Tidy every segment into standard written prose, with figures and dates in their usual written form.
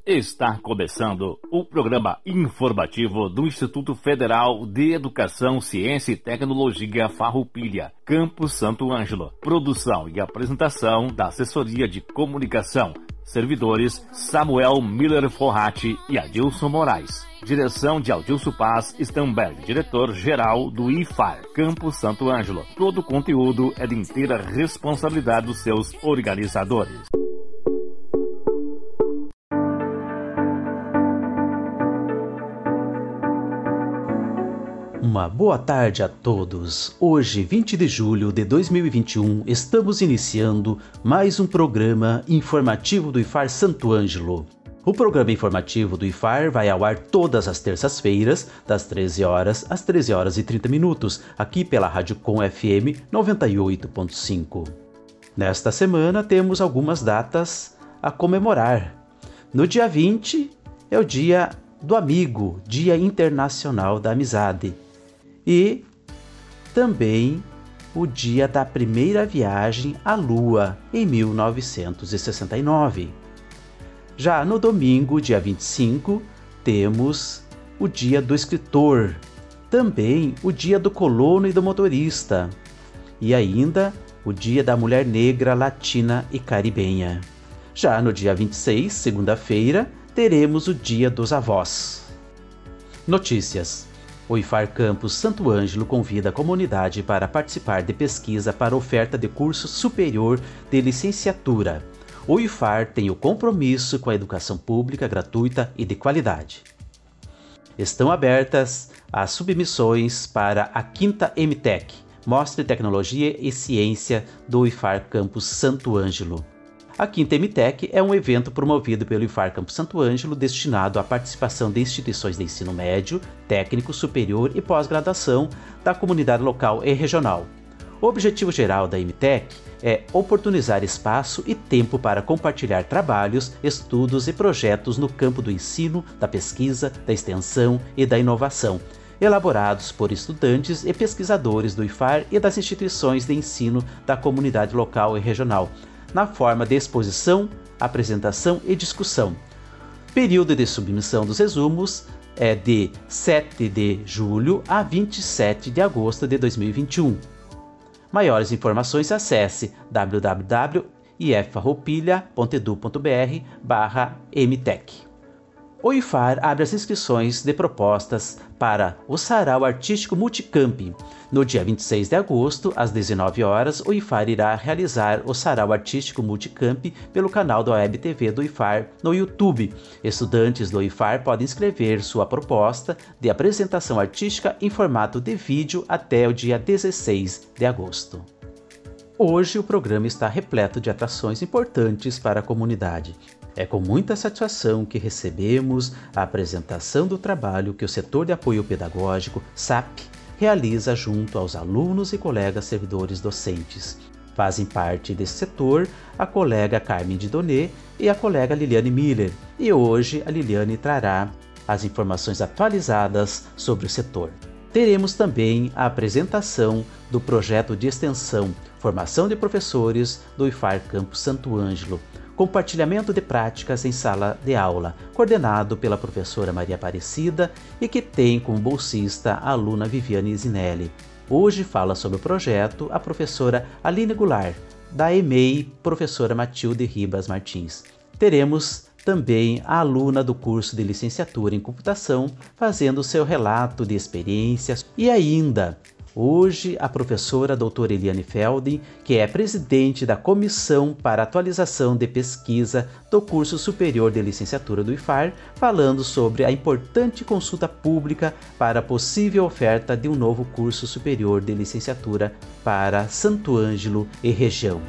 Está começando o programa informativo do Instituto Federal de Educação, Ciência e Tecnologia Farroupilha, Campus Santo Ângelo. Produção e apresentação da Assessoria de Comunicação. Servidores Samuel Miller Forrati e Adilson Moraes. Direção de Adilson Paz Stamberg, diretor-geral do IFAR, Campus Santo Ângelo. Todo o conteúdo é de inteira responsabilidade dos seus organizadores. Uma boa tarde a todos. Hoje, 20 de julho de 2021, estamos iniciando mais um programa informativo do IFAR Santo Ângelo. O programa informativo do IFAR vai ao ar todas as terças-feiras, das 13 horas às 13 horas e 30 minutos, aqui pela Rádio Com FM 98.5. Nesta semana temos algumas datas a comemorar. No dia 20 é o Dia do Amigo, Dia Internacional da Amizade. E também o dia da primeira viagem à Lua, em 1969. Já no domingo, dia 25, temos o dia do escritor, também o dia do colono e do motorista, e ainda o dia da mulher negra, latina e caribenha. Já no dia 26, segunda-feira, teremos o dia dos avós. Notícias. O IFAR Campus Santo Ângelo convida a comunidade para participar de pesquisa para oferta de curso superior de licenciatura. O IFAR tem o compromisso com a educação pública gratuita e de qualidade. Estão abertas as submissões para a 5ª MTech, Mostra de Tecnologia e Ciência do IFAR Campus Santo Ângelo. A 5ª MTech é um evento promovido pelo IFAR Campus Santo Ângelo destinado à participação de instituições de ensino médio, técnico, superior e pós-graduação da comunidade local e regional. O objetivo geral da MTech é oportunizar espaço e tempo para compartilhar trabalhos, estudos e projetos no campo do ensino, da pesquisa, da extensão e da inovação, elaborados por estudantes e pesquisadores do IFAR e das instituições de ensino da comunidade local e regional, na forma de exposição, apresentação e discussão. Período de submissão dos resumos é de 7 de julho a 27 de agosto de 2021. Maiores informações acesse www.iffarroupilha.edu.br/mtech. O IFAR abre as inscrições de propostas para o Sarau Artístico Multicamp. No dia 26 de agosto, às 19 horas, o IFAR irá realizar o Sarau Artístico Multicamp pelo canal da Web TV do IFAR no YouTube. Estudantes do IFAR podem inscrever sua proposta de apresentação artística em formato de vídeo até o dia 16 de agosto. Hoje o programa está repleto de atrações importantes para a comunidade. É com muita satisfação que recebemos a apresentação do trabalho que o Setor de Apoio Pedagógico, SAP, realiza junto aos alunos e colegas servidores docentes. Fazem parte desse setor a colega Carmen Didonet e a colega Liliane Miller, e hoje a Liliane trará as informações atualizadas sobre o setor. Teremos também a apresentação do projeto de extensão Formação de Professores do IFAR Campus Santo Ângelo, compartilhamento de práticas em sala de aula, coordenado pela professora Maria Aparecida e que tem como bolsista a aluna Viviane Zinelli. Hoje fala sobre o projeto a professora Aline Goulart, da EMEI, professora Matilde Ribas Martins. Teremos também a aluna do curso de licenciatura em computação fazendo seu relato de experiências e ainda hoje, a professora doutora Eliane Feldin, que é presidente da Comissão para Atualização de Pesquisa do Curso Superior de Licenciatura do IFAR, falando sobre a importante consulta pública para a possível oferta de um novo curso superior de licenciatura para Santo Ângelo e região.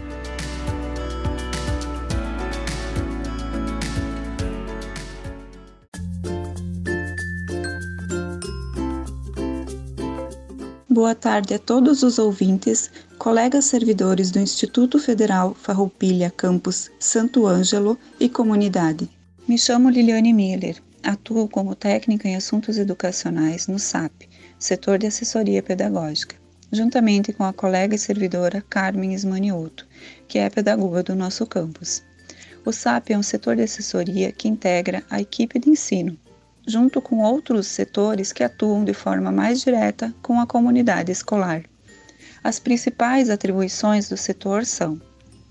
Boa tarde a todos os ouvintes, colegas servidores do Instituto Federal Farroupilha Campus Santo Ângelo e comunidade. Me chamo Liliane Miller, atuo como técnica em assuntos educacionais no SAP, Setor de Assessoria Pedagógica, juntamente com a colega e servidora Carmen Ismanioto, que é pedagoga do nosso campus. O SAP é um setor de assessoria que integra a equipe de ensino, junto com outros setores que atuam de forma mais direta com a comunidade escolar. As principais atribuições do setor são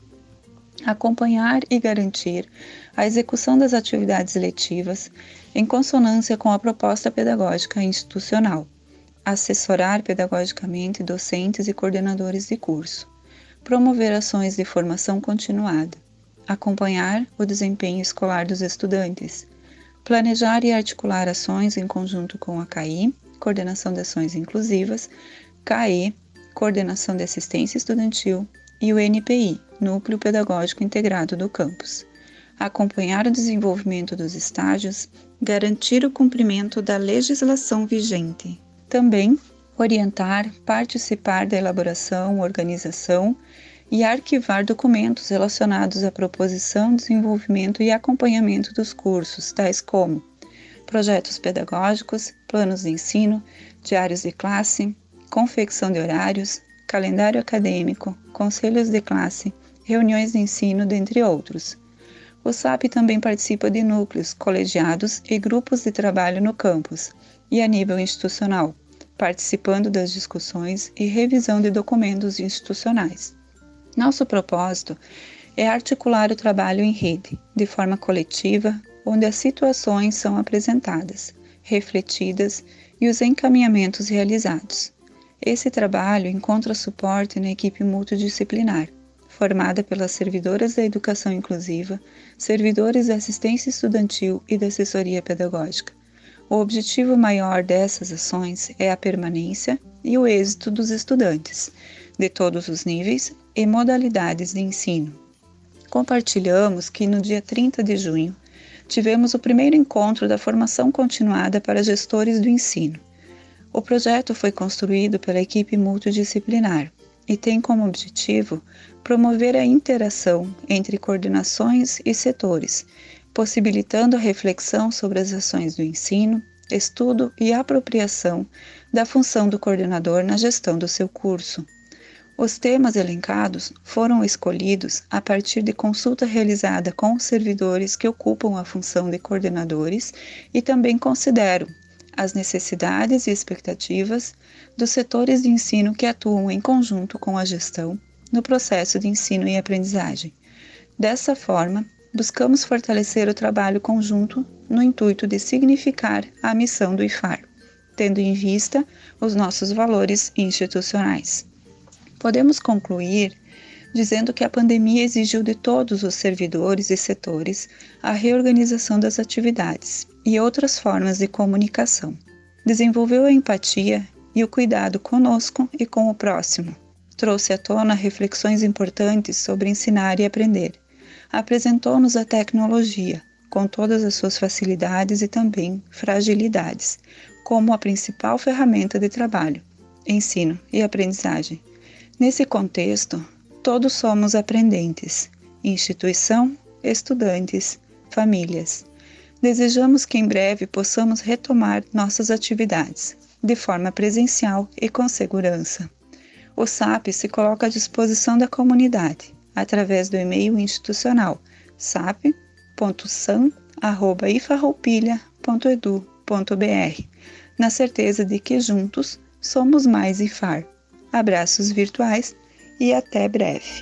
acompanhar e garantir a execução das atividades letivas em consonância com a proposta pedagógica institucional, assessorar pedagogicamente docentes e coordenadores de curso, promover ações de formação continuada, acompanhar o desempenho escolar dos estudantes, planejar e articular ações em conjunto com a CAI, Coordenação de Ações Inclusivas, CAE, Coordenação de Assistência Estudantil, e o NPI, Núcleo Pedagógico Integrado do Campus. Acompanhar o desenvolvimento dos estágios, garantir o cumprimento da legislação vigente. Também orientar, participar da elaboração, organização e arquivar documentos relacionados à proposição, desenvolvimento e acompanhamento dos cursos, tais como projetos pedagógicos, planos de ensino, diários de classe, confecção de horários, calendário acadêmico, conselhos de classe, reuniões de ensino, dentre outros. O SAP também participa de núcleos, colegiados e grupos de trabalho no campus e a nível institucional, participando das discussões e revisão de documentos institucionais. Nosso propósito é articular o trabalho em rede, de forma coletiva, onde as situações são apresentadas, refletidas e os encaminhamentos realizados. Esse trabalho encontra suporte na equipe multidisciplinar, formada pelas servidoras da educação inclusiva, servidores da assistência estudantil e da assessoria pedagógica. O objetivo maior dessas ações é a permanência e o êxito dos estudantes, de todos os níveis e modalidades de ensino. Compartilhamos que no dia 30 de junho tivemos o primeiro encontro da formação continuada para gestores do ensino. O projeto foi construído pela equipe multidisciplinar e tem como objetivo promover a interação entre coordenações e setores, possibilitando a reflexão sobre as ações do ensino, estudo e apropriação da função do coordenador na gestão do seu curso. Os temas elencados foram escolhidos a partir de consulta realizada com os servidores que ocupam a função de coordenadores e também consideram as necessidades e expectativas dos setores de ensino que atuam em conjunto com a gestão no processo de ensino e aprendizagem. Dessa forma, buscamos fortalecer o trabalho conjunto no intuito de significar a missão do IFAR, tendo em vista os nossos valores institucionais. Podemos concluir dizendo que a pandemia exigiu de todos os servidores e setores a reorganização das atividades e outras formas de comunicação. Desenvolveu a empatia e o cuidado conosco e com o próximo. Trouxe à tona reflexões importantes sobre ensinar e aprender. Apresentou-nos a tecnologia, com todas as suas facilidades e também fragilidades, como a principal ferramenta de trabalho, ensino e aprendizagem. Nesse contexto, todos somos aprendentes, instituição, estudantes, famílias. Desejamos que em breve possamos retomar nossas atividades, de forma presencial e com segurança. O SAP se coloca à disposição da comunidade, através do e-mail institucional sap.san@ifarroupilha.edu.br, na certeza de que juntos somos mais IFAR. Abraços virtuais e até breve.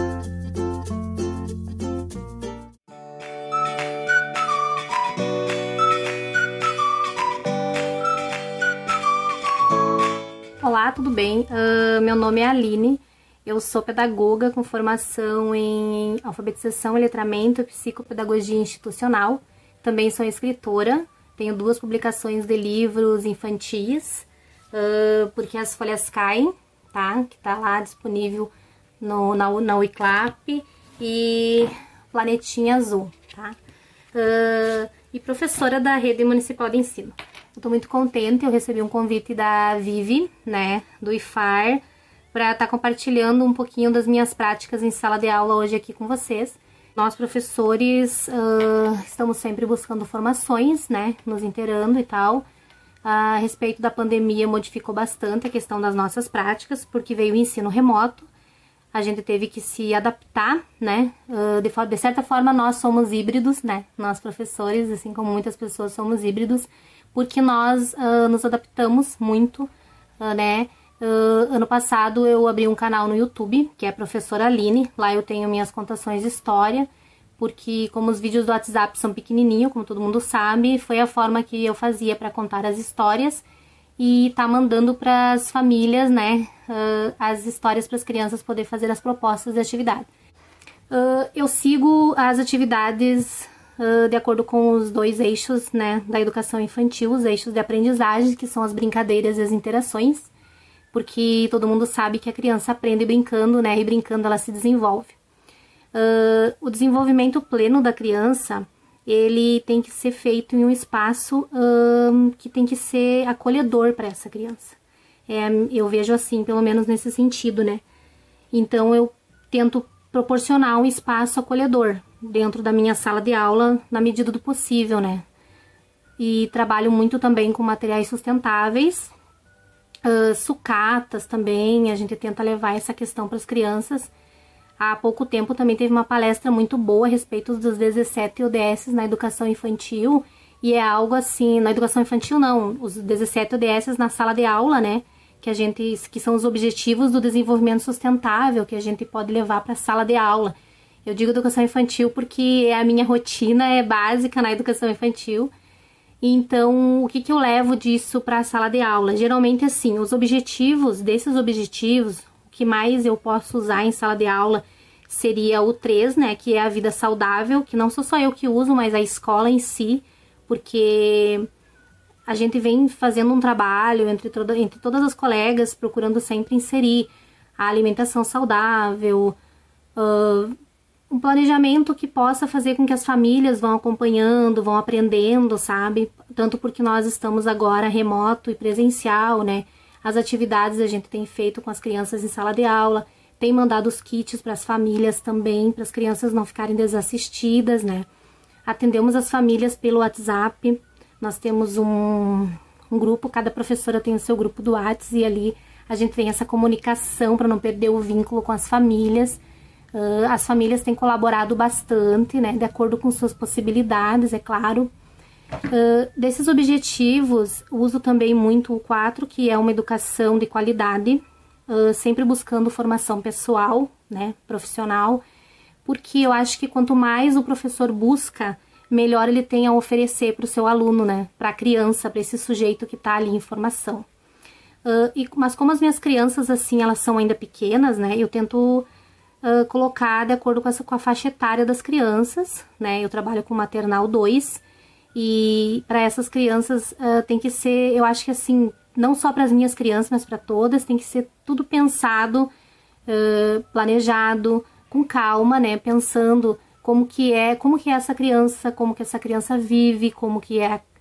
Olá, tudo bem? Meu nome é Aline, eu sou pedagoga com formação em alfabetização e letramento e psicopedagogia institucional. Também sou escritora, tenho 2 publicações de livros infantis, Porque as Folhas Caem, tá? Que tá lá disponível na Uiclap, e Planetinha Azul, tá? E professora da Rede Municipal de Ensino. Eu tô muito contente, eu recebi um convite da Vivi, né, do IFAR, para estar compartilhando um pouquinho das minhas práticas em sala de aula hoje aqui com vocês. Nós, professores, estamos sempre buscando formações, né, nos inteirando e tal. A respeito da pandemia, modificou bastante a questão das nossas práticas, porque veio o ensino remoto. a gente teve que se adaptar, né? De certa forma, nós somos híbridos, né? Nós professores, assim como muitas pessoas, somos híbridos, porque nós nos adaptamos muito, né? Ano passado eu abri um canal no YouTube, que é Professora Aline. Lá eu tenho minhas contações de história, porque como os vídeos do WhatsApp são pequenininhos, como todo mundo sabe, foi a forma que eu fazia para contar as histórias e tá mandando para as famílias, né, as histórias para as crianças poder fazer as propostas de atividade. Eu sigo as atividades de acordo com os 2 eixos, né, da educação infantil, os eixos de aprendizagem, que são as brincadeiras e as interações, porque todo mundo sabe que a criança aprende brincando, né, e brincando ela se desenvolve. O desenvolvimento pleno da criança, ele tem que ser feito em um espaço que tem que ser acolhedor para essa criança. Eu vejo assim, pelo menos nesse sentido, né? Então, eu tento proporcionar um espaço acolhedor dentro da minha sala de aula, na medida do possível, né? E trabalho muito também com materiais sustentáveis, sucatas também, a gente tenta levar essa questão para as crianças. Há pouco tempo também teve uma palestra muito boa a respeito dos 17 ODS na educação infantil, e é algo assim, na educação infantil não, os 17 ODS na sala de aula, né, que são os objetivos do desenvolvimento sustentável que a gente pode levar para a sala de aula. Eu digo educação infantil porque a minha rotina é básica na educação infantil. Então, o que eu levo disso para a sala de aula? Geralmente, assim, desses objetivos, o que mais eu posso usar em sala de aula seria o 3, né, que é a vida saudável, que não sou só eu que uso, mas a escola em si, porque a gente vem fazendo um trabalho entre todas as colegas, procurando sempre inserir a alimentação saudável, um planejamento que possa fazer com que as famílias vão acompanhando, vão aprendendo, sabe? Tanto porque nós estamos agora remoto e presencial, né? As atividades a gente tem feito com as crianças em sala de aula, tem mandado os kits para as famílias também, para as crianças não ficarem desassistidas, né? Atendemos as famílias pelo WhatsApp, nós temos um grupo, cada professora tem o seu grupo do WhatsApp e ali a gente tem essa comunicação para não perder o vínculo com as famílias. As famílias têm colaborado bastante, né, de acordo com suas possibilidades, é claro. Desses objetivos, uso também muito o 4, que é uma educação de qualidade, sempre buscando formação pessoal, né, profissional, porque eu acho que quanto mais o professor busca, melhor ele tem a oferecer para o seu aluno, né, para a criança, para esse sujeito que está ali em formação. Mas como as minhas crianças, assim, elas são ainda pequenas, né, eu tento colocar de acordo com a faixa etária das crianças, né? Eu trabalho com maternal 2 e para essas crianças tem que ser, eu acho que assim, não só para as minhas crianças, mas para todas, tem que ser tudo pensado, planejado, com calma, né? Pensando como que é essa criança, como que essa criança vive, como que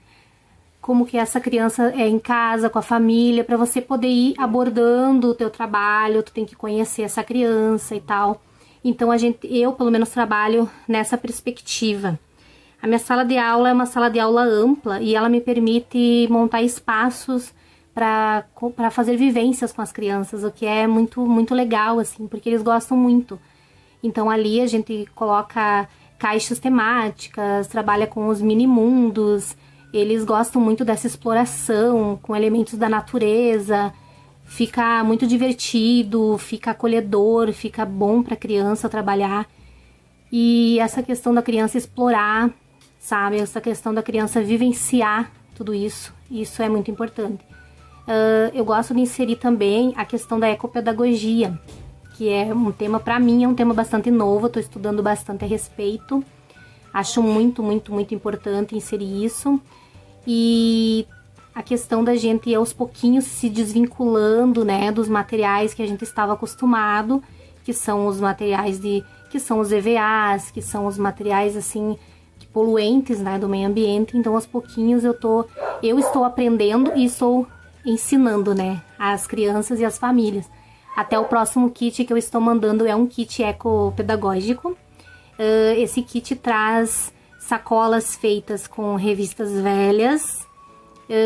essa criança é em casa, com a família, para você poder ir abordando o teu trabalho, tu tem que conhecer essa criança e tal. Então, eu pelo menos trabalho nessa perspectiva. A minha sala de aula é uma sala de aula ampla e ela me permite montar espaços para fazer vivências com as crianças, o que é muito, muito legal, assim, porque eles gostam muito. Então, ali a gente coloca caixas temáticas, trabalha com os mini mundos. Eles gostam muito dessa exploração com elementos da natureza, fica muito divertido, fica acolhedor, fica bom para a criança trabalhar. E essa questão da criança explorar, sabe, essa questão da criança vivenciar tudo isso é muito importante. Eu gosto de inserir também a questão da ecopedagogia, que é um tema, para mim, é um tema bastante novo, eu estou estudando bastante a respeito. Acho muito, muito, muito importante inserir isso. E a questão da gente ir aos pouquinhos se desvinculando, né, dos materiais que a gente estava acostumado, que são os materiais que são os EVAs, que são os materiais, assim, poluentes, né, do meio ambiente. Então, aos pouquinhos, eu estou aprendendo e estou ensinando, né, as crianças e as famílias. Até o próximo kit que eu estou mandando é um kit ecopedagógico. Esse kit traz sacolas feitas com revistas velhas.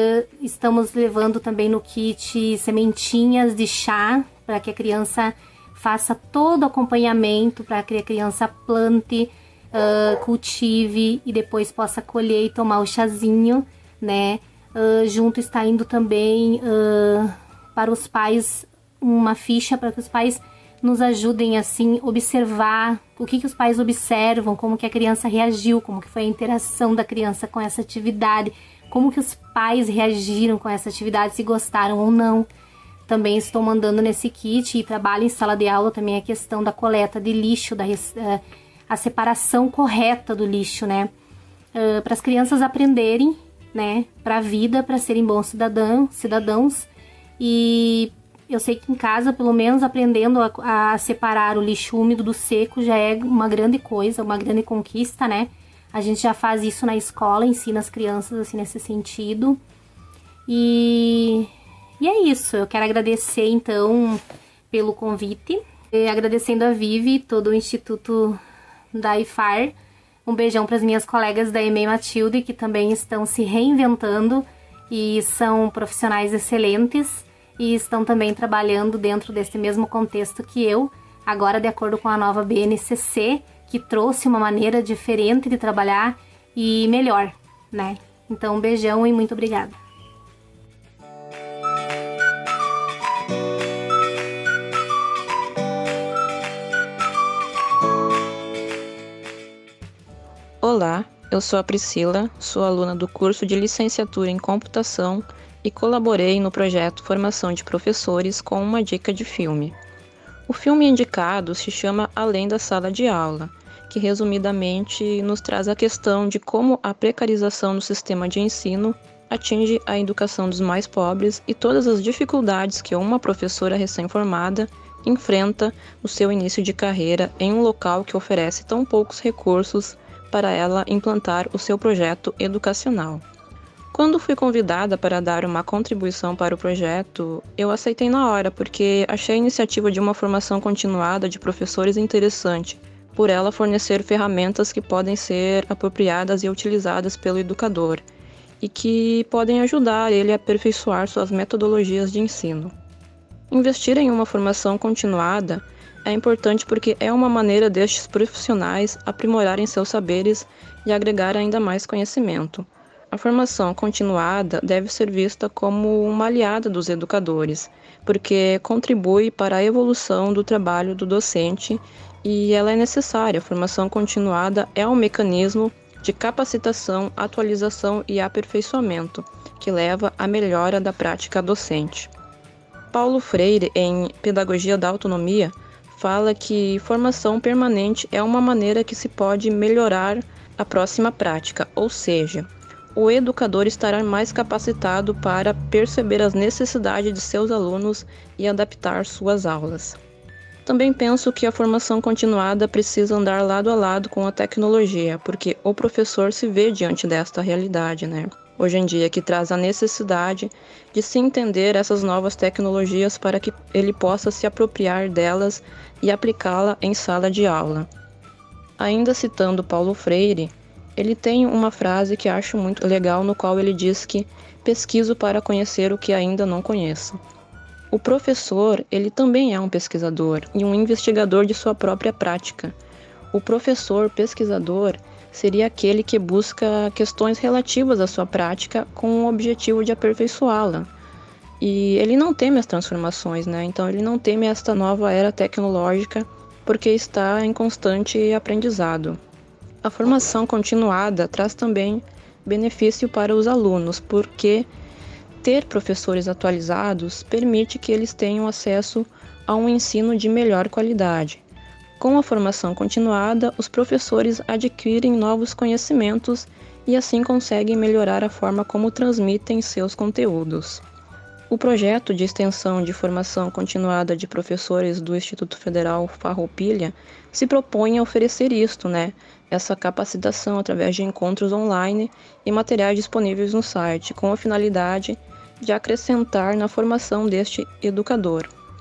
Estamos levando também no kit sementinhas de chá para que a criança faça todo o acompanhamento para que a criança plante, cultive e depois possa colher e tomar o chazinho, né? Junto está indo também para os pais uma ficha para que os pais nos ajudem assim observar o que os pais observam, como que a criança reagiu, como que foi a interação da criança com essa atividade, como que os pais reagiram com essa atividade, se gostaram ou não. Também estou mandando nesse kit e trabalho em sala de aula também a questão da coleta de lixo, a separação correta do lixo, né? Para as crianças aprenderem, né? Para a vida, para serem bons cidadãos. E eu sei que em casa, pelo menos, aprendendo a separar o lixo úmido do seco já é uma grande coisa, uma grande conquista, né? A gente já faz isso na escola, ensina as crianças assim nesse sentido. E é isso, eu quero agradecer então pelo convite, agradecendo a Vivi e todo o Instituto da IFAR. Um beijão para as minhas colegas da EMEI Matilde, que também estão se reinventando e são profissionais excelentes e estão também trabalhando dentro desse mesmo contexto que eu, agora de acordo com a nova BNCC, que trouxe uma maneira diferente de trabalhar e melhor, né? Então, um beijão e muito obrigada. Olá, eu sou a Priscila, sou aluna do curso de Licenciatura em Computação e colaborei no projeto Formação de Professores com uma dica de filme. O filme indicado se chama Além da Sala de Aula, que resumidamente nos traz a questão de como a precarização no sistema de ensino atinge a educação dos mais pobres e todas as dificuldades que uma professora recém-formada enfrenta no seu início de carreira em um local que oferece tão poucos recursos para ela implantar o seu projeto educacional. Quando fui convidada para dar uma contribuição para o projeto, eu aceitei na hora, porque achei a iniciativa de uma formação continuada de professores interessante, por ela fornecer ferramentas que podem ser apropriadas e utilizadas pelo educador, e que podem ajudar ele a aperfeiçoar suas metodologias de ensino. Investir em uma formação continuada é importante porque é uma maneira destes profissionais aprimorarem seus saberes e agregar ainda mais conhecimento. A formação continuada deve ser vista como uma aliada dos educadores, porque contribui para a evolução do trabalho do docente e ela é necessária. A formação continuada é um mecanismo de capacitação, atualização e aperfeiçoamento que leva à melhora da prática docente. Paulo Freire, em Pedagogia da Autonomia, fala que formação permanente é uma maneira que se pode melhorar a próxima prática, ou seja, o educador estará mais capacitado para perceber as necessidades de seus alunos e adaptar suas aulas. Também penso que a formação continuada precisa andar lado a lado com a tecnologia, porque o professor se vê diante desta realidade, né? Hoje em dia, que traz a necessidade de se entender essas novas tecnologias para que ele possa se apropriar delas e aplicá-la em sala de aula. Ainda citando Paulo Freire, ele tem uma frase que acho muito legal, no qual ele diz que pesquiso para conhecer o que ainda não conheço. O professor, ele também é um pesquisador e um investigador de sua própria prática. O professor pesquisador seria aquele que busca questões relativas à sua prática com o objetivo de aperfeiçoá-la. E ele não teme as transformações, né? Então ele não teme esta nova era tecnológica porque está em constante aprendizado. A formação continuada traz também benefício para os alunos, porque ter professores atualizados permite que eles tenham acesso a um ensino de melhor qualidade. Com a formação continuada, os professores adquirem novos conhecimentos e assim conseguem melhorar a forma como transmitem seus conteúdos. O projeto de extensão de formação continuada de professores do Instituto Federal Farroupilha se propõe a oferecer isto, né? Essa capacitação através de encontros online e materiais disponíveis no site, com a finalidade de acrescentar na formação deste educador.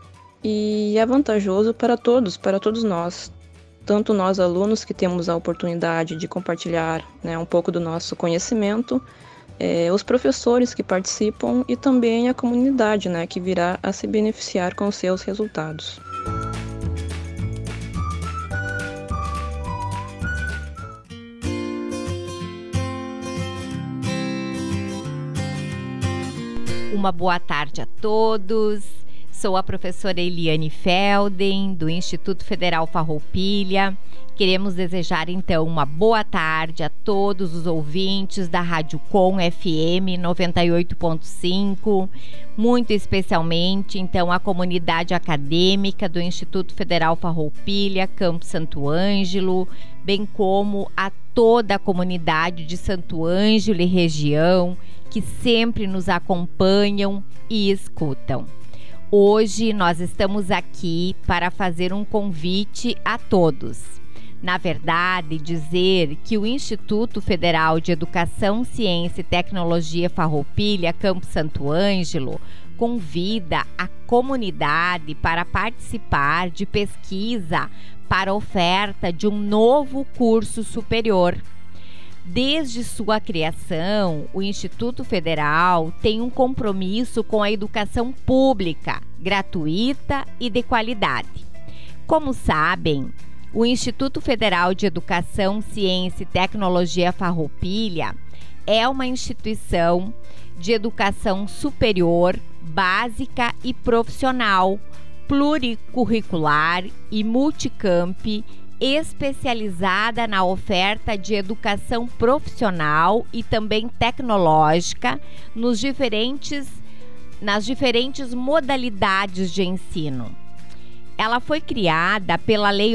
E é vantajoso para todos nós, tanto nós alunos que temos a oportunidade de compartilhar, né, um pouco do nosso conhecimento, os professores que participam e também a comunidade, né, que virá a se beneficiar com seus resultados. uma boa tarde a todos. Sou a professora Eliane Felden, do Instituto Federal Farroupilha. Queremos desejar, então, uma boa tarde a todos os ouvintes da Rádio Com FM 98.5, muito especialmente, então, a comunidade acadêmica do Instituto Federal Farroupilha, Campo Santo Ângelo, bem como a toda a comunidade de Santo Ângelo e região, que sempre nos acompanham e escutam. Hoje nós estamos aqui para fazer um convite a todos. Na verdade, dizer que o Instituto Federal de Educação, Ciência e Tecnologia Farroupilha, Campo Santo Ângelo, convida a comunidade para participar de pesquisa para oferta de um novo curso superior. Desde sua criação, o Instituto Federal tem um compromisso com a educação pública, gratuita e de qualidade. Como sabem, o Instituto Federal de Educação, Ciência e Tecnologia Farroupilha é uma instituição de educação superior, básica e profissional, pluricurricular e multicamp, especializada na oferta de educação profissional e também tecnológica nas diferentes modalidades de ensino. Ela foi criada pela Lei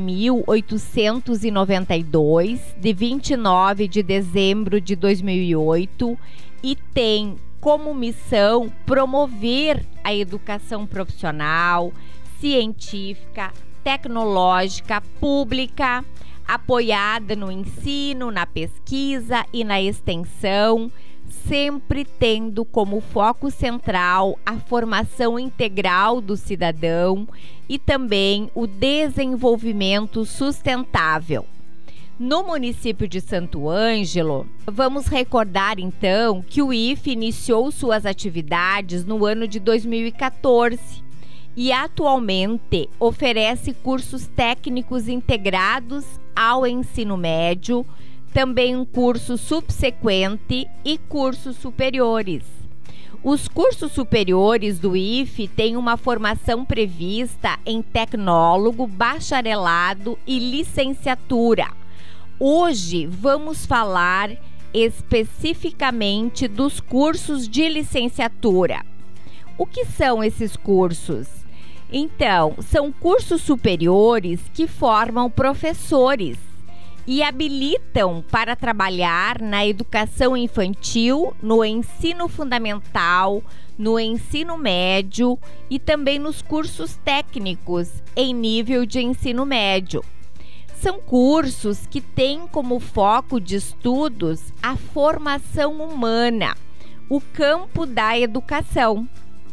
11.892, de 29 de dezembro de 2008, e tem como missão promover a educação profissional, científica, tecnológica, pública, apoiada no ensino, na pesquisa e na extensão, sempre tendo como foco central a formação integral do cidadão e também o desenvolvimento sustentável. No município de Santo Ângelo, vamos recordar então que o IFE iniciou suas atividades no ano de 2014 e atualmente oferece cursos técnicos integrados ao ensino médio, também um curso subsequente e cursos superiores. Os cursos superiores do IFE têm uma formação prevista em tecnólogo, bacharelado e licenciatura. Hoje vamos falar especificamente dos cursos de licenciatura. O que são esses cursos? Então, são cursos superiores que formam professores e habilitam para trabalhar na educação infantil, no ensino fundamental, no ensino médio e também nos cursos técnicos em nível de ensino médio. São cursos que têm como foco de estudos a formação humana, o campo da educação.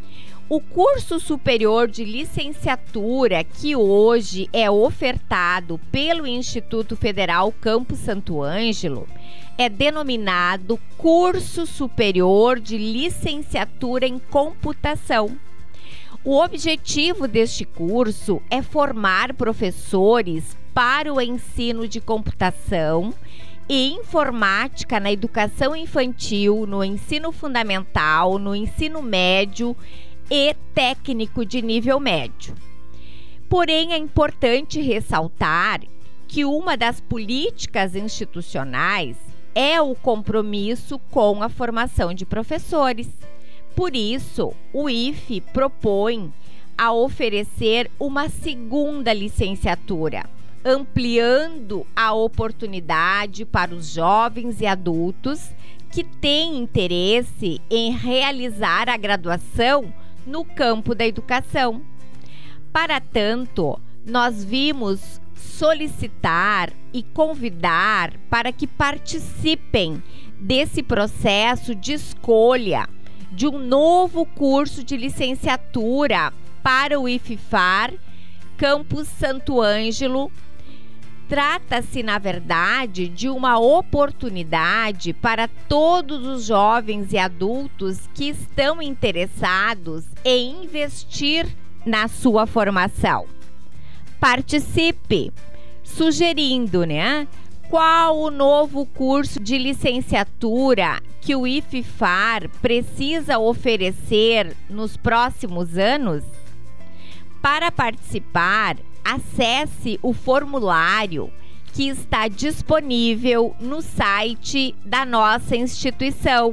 O curso superior de licenciatura que hoje é ofertado pelo Instituto Federal Campo Santo Ângelo é denominado Curso Superior de Licenciatura em Computação. O objetivo deste curso é formar professores para o ensino de computação e informática na educação infantil, no ensino fundamental, no ensino médio e técnico de nível médio. Porém, é importante ressaltar que uma das políticas institucionais é o compromisso com a formação de professores. Por isso, o IFE propõe a oferecer uma segunda licenciatura, ampliando a oportunidade para os jovens e adultos que têm interesse em realizar a graduação no campo da educação. Para tanto, nós vimos solicitar e convidar para que participem desse processo de escolha de um novo curso de licenciatura para o IFFAR Campus Santo Ângelo. Trata-se, na verdade, de uma oportunidade para todos os jovens e adultos que estão interessados em investir na sua formação. Participe, sugerindo, qual o novo curso de licenciatura que o IFFAR precisa oferecer nos próximos anos? Para participar, acesse o formulário que está disponível no site da nossa instituição,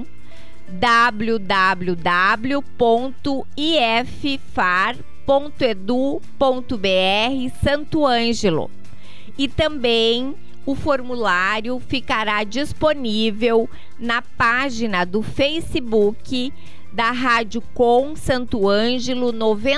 www.iffar.edu.br Santo Ângelo. E também o formulário ficará disponível na página do Facebook da Rádio Com Santo Ângelo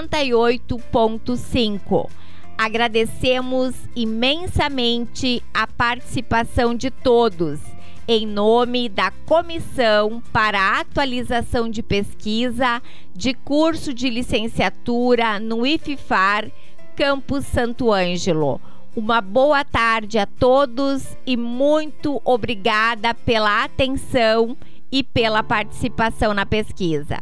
98.5. Agradecemos imensamente a participação de todos, em nome da Comissão para a Atualização de Pesquisa de Curso de Licenciatura no IFFAR, Campus Santo Ângelo. Uma boa tarde a todos e muito obrigada pela atenção e pela participação na pesquisa.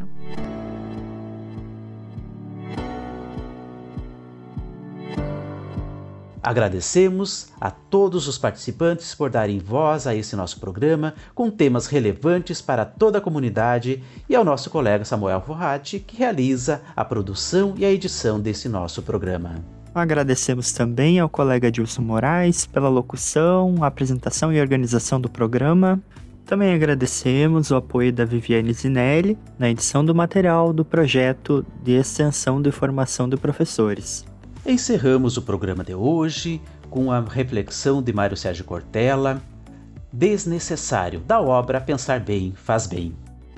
Agradecemos a todos os participantes por darem voz a esse nosso programa com temas relevantes para toda a comunidade e ao nosso colega Samuel Forratti, que realiza a produção e a edição desse nosso programa. Agradecemos também ao colega Dilson Moraes pela locução, apresentação e organização do programa. Também agradecemos o apoio da Viviane Zinelli na edição do material do projeto de extensão de formação de professores. Encerramos o programa de hoje com a reflexão de Mário Sérgio Cortella, Desnecessário, da obra Pensar Bem, Faz Bem.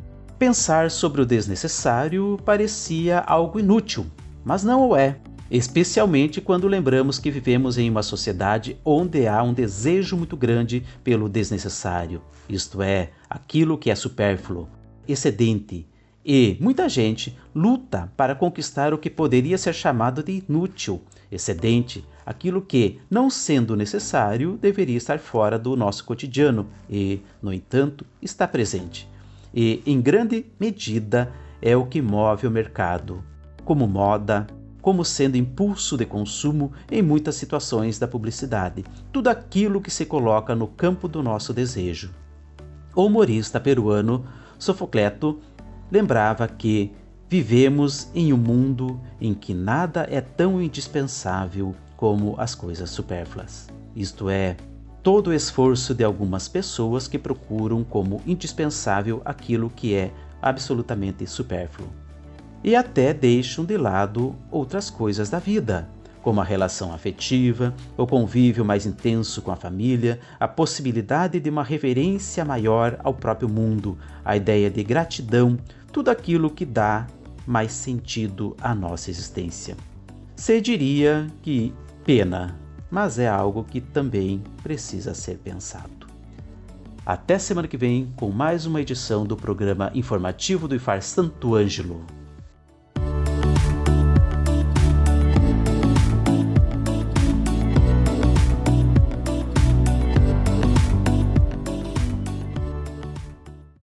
Pensar sobre o desnecessário parecia algo inútil, mas não o é. Especialmente quando lembramos que vivemos em uma sociedade onde há um desejo muito grande pelo desnecessário, isto é, aquilo que é supérfluo, excedente, e muita gente luta para conquistar o que poderia ser chamado de inútil, excedente, aquilo que, não sendo necessário, deveria estar fora do nosso cotidiano e, no entanto, está presente. E, em grande medida, é o que move o mercado, como moda, como sendo impulso de consumo em muitas situações da publicidade, tudo aquilo que se coloca no campo do nosso desejo. O humorista peruano Sofocleto lembrava que vivemos em um mundo em que nada é tão indispensável como as coisas supérfluas. Isto é, todo o esforço de algumas pessoas que procuram como indispensável aquilo que é absolutamente supérfluo. E até deixam de lado outras coisas da vida, como a relação afetiva, o convívio mais intenso com a família, a possibilidade de uma reverência maior ao próprio mundo, a ideia de gratidão, tudo aquilo que dá mais sentido à nossa existência. Se diria que pena, mas é algo que também precisa ser pensado. Até semana que vem com mais uma edição do programa informativo do IFFAR Santo Ângelo.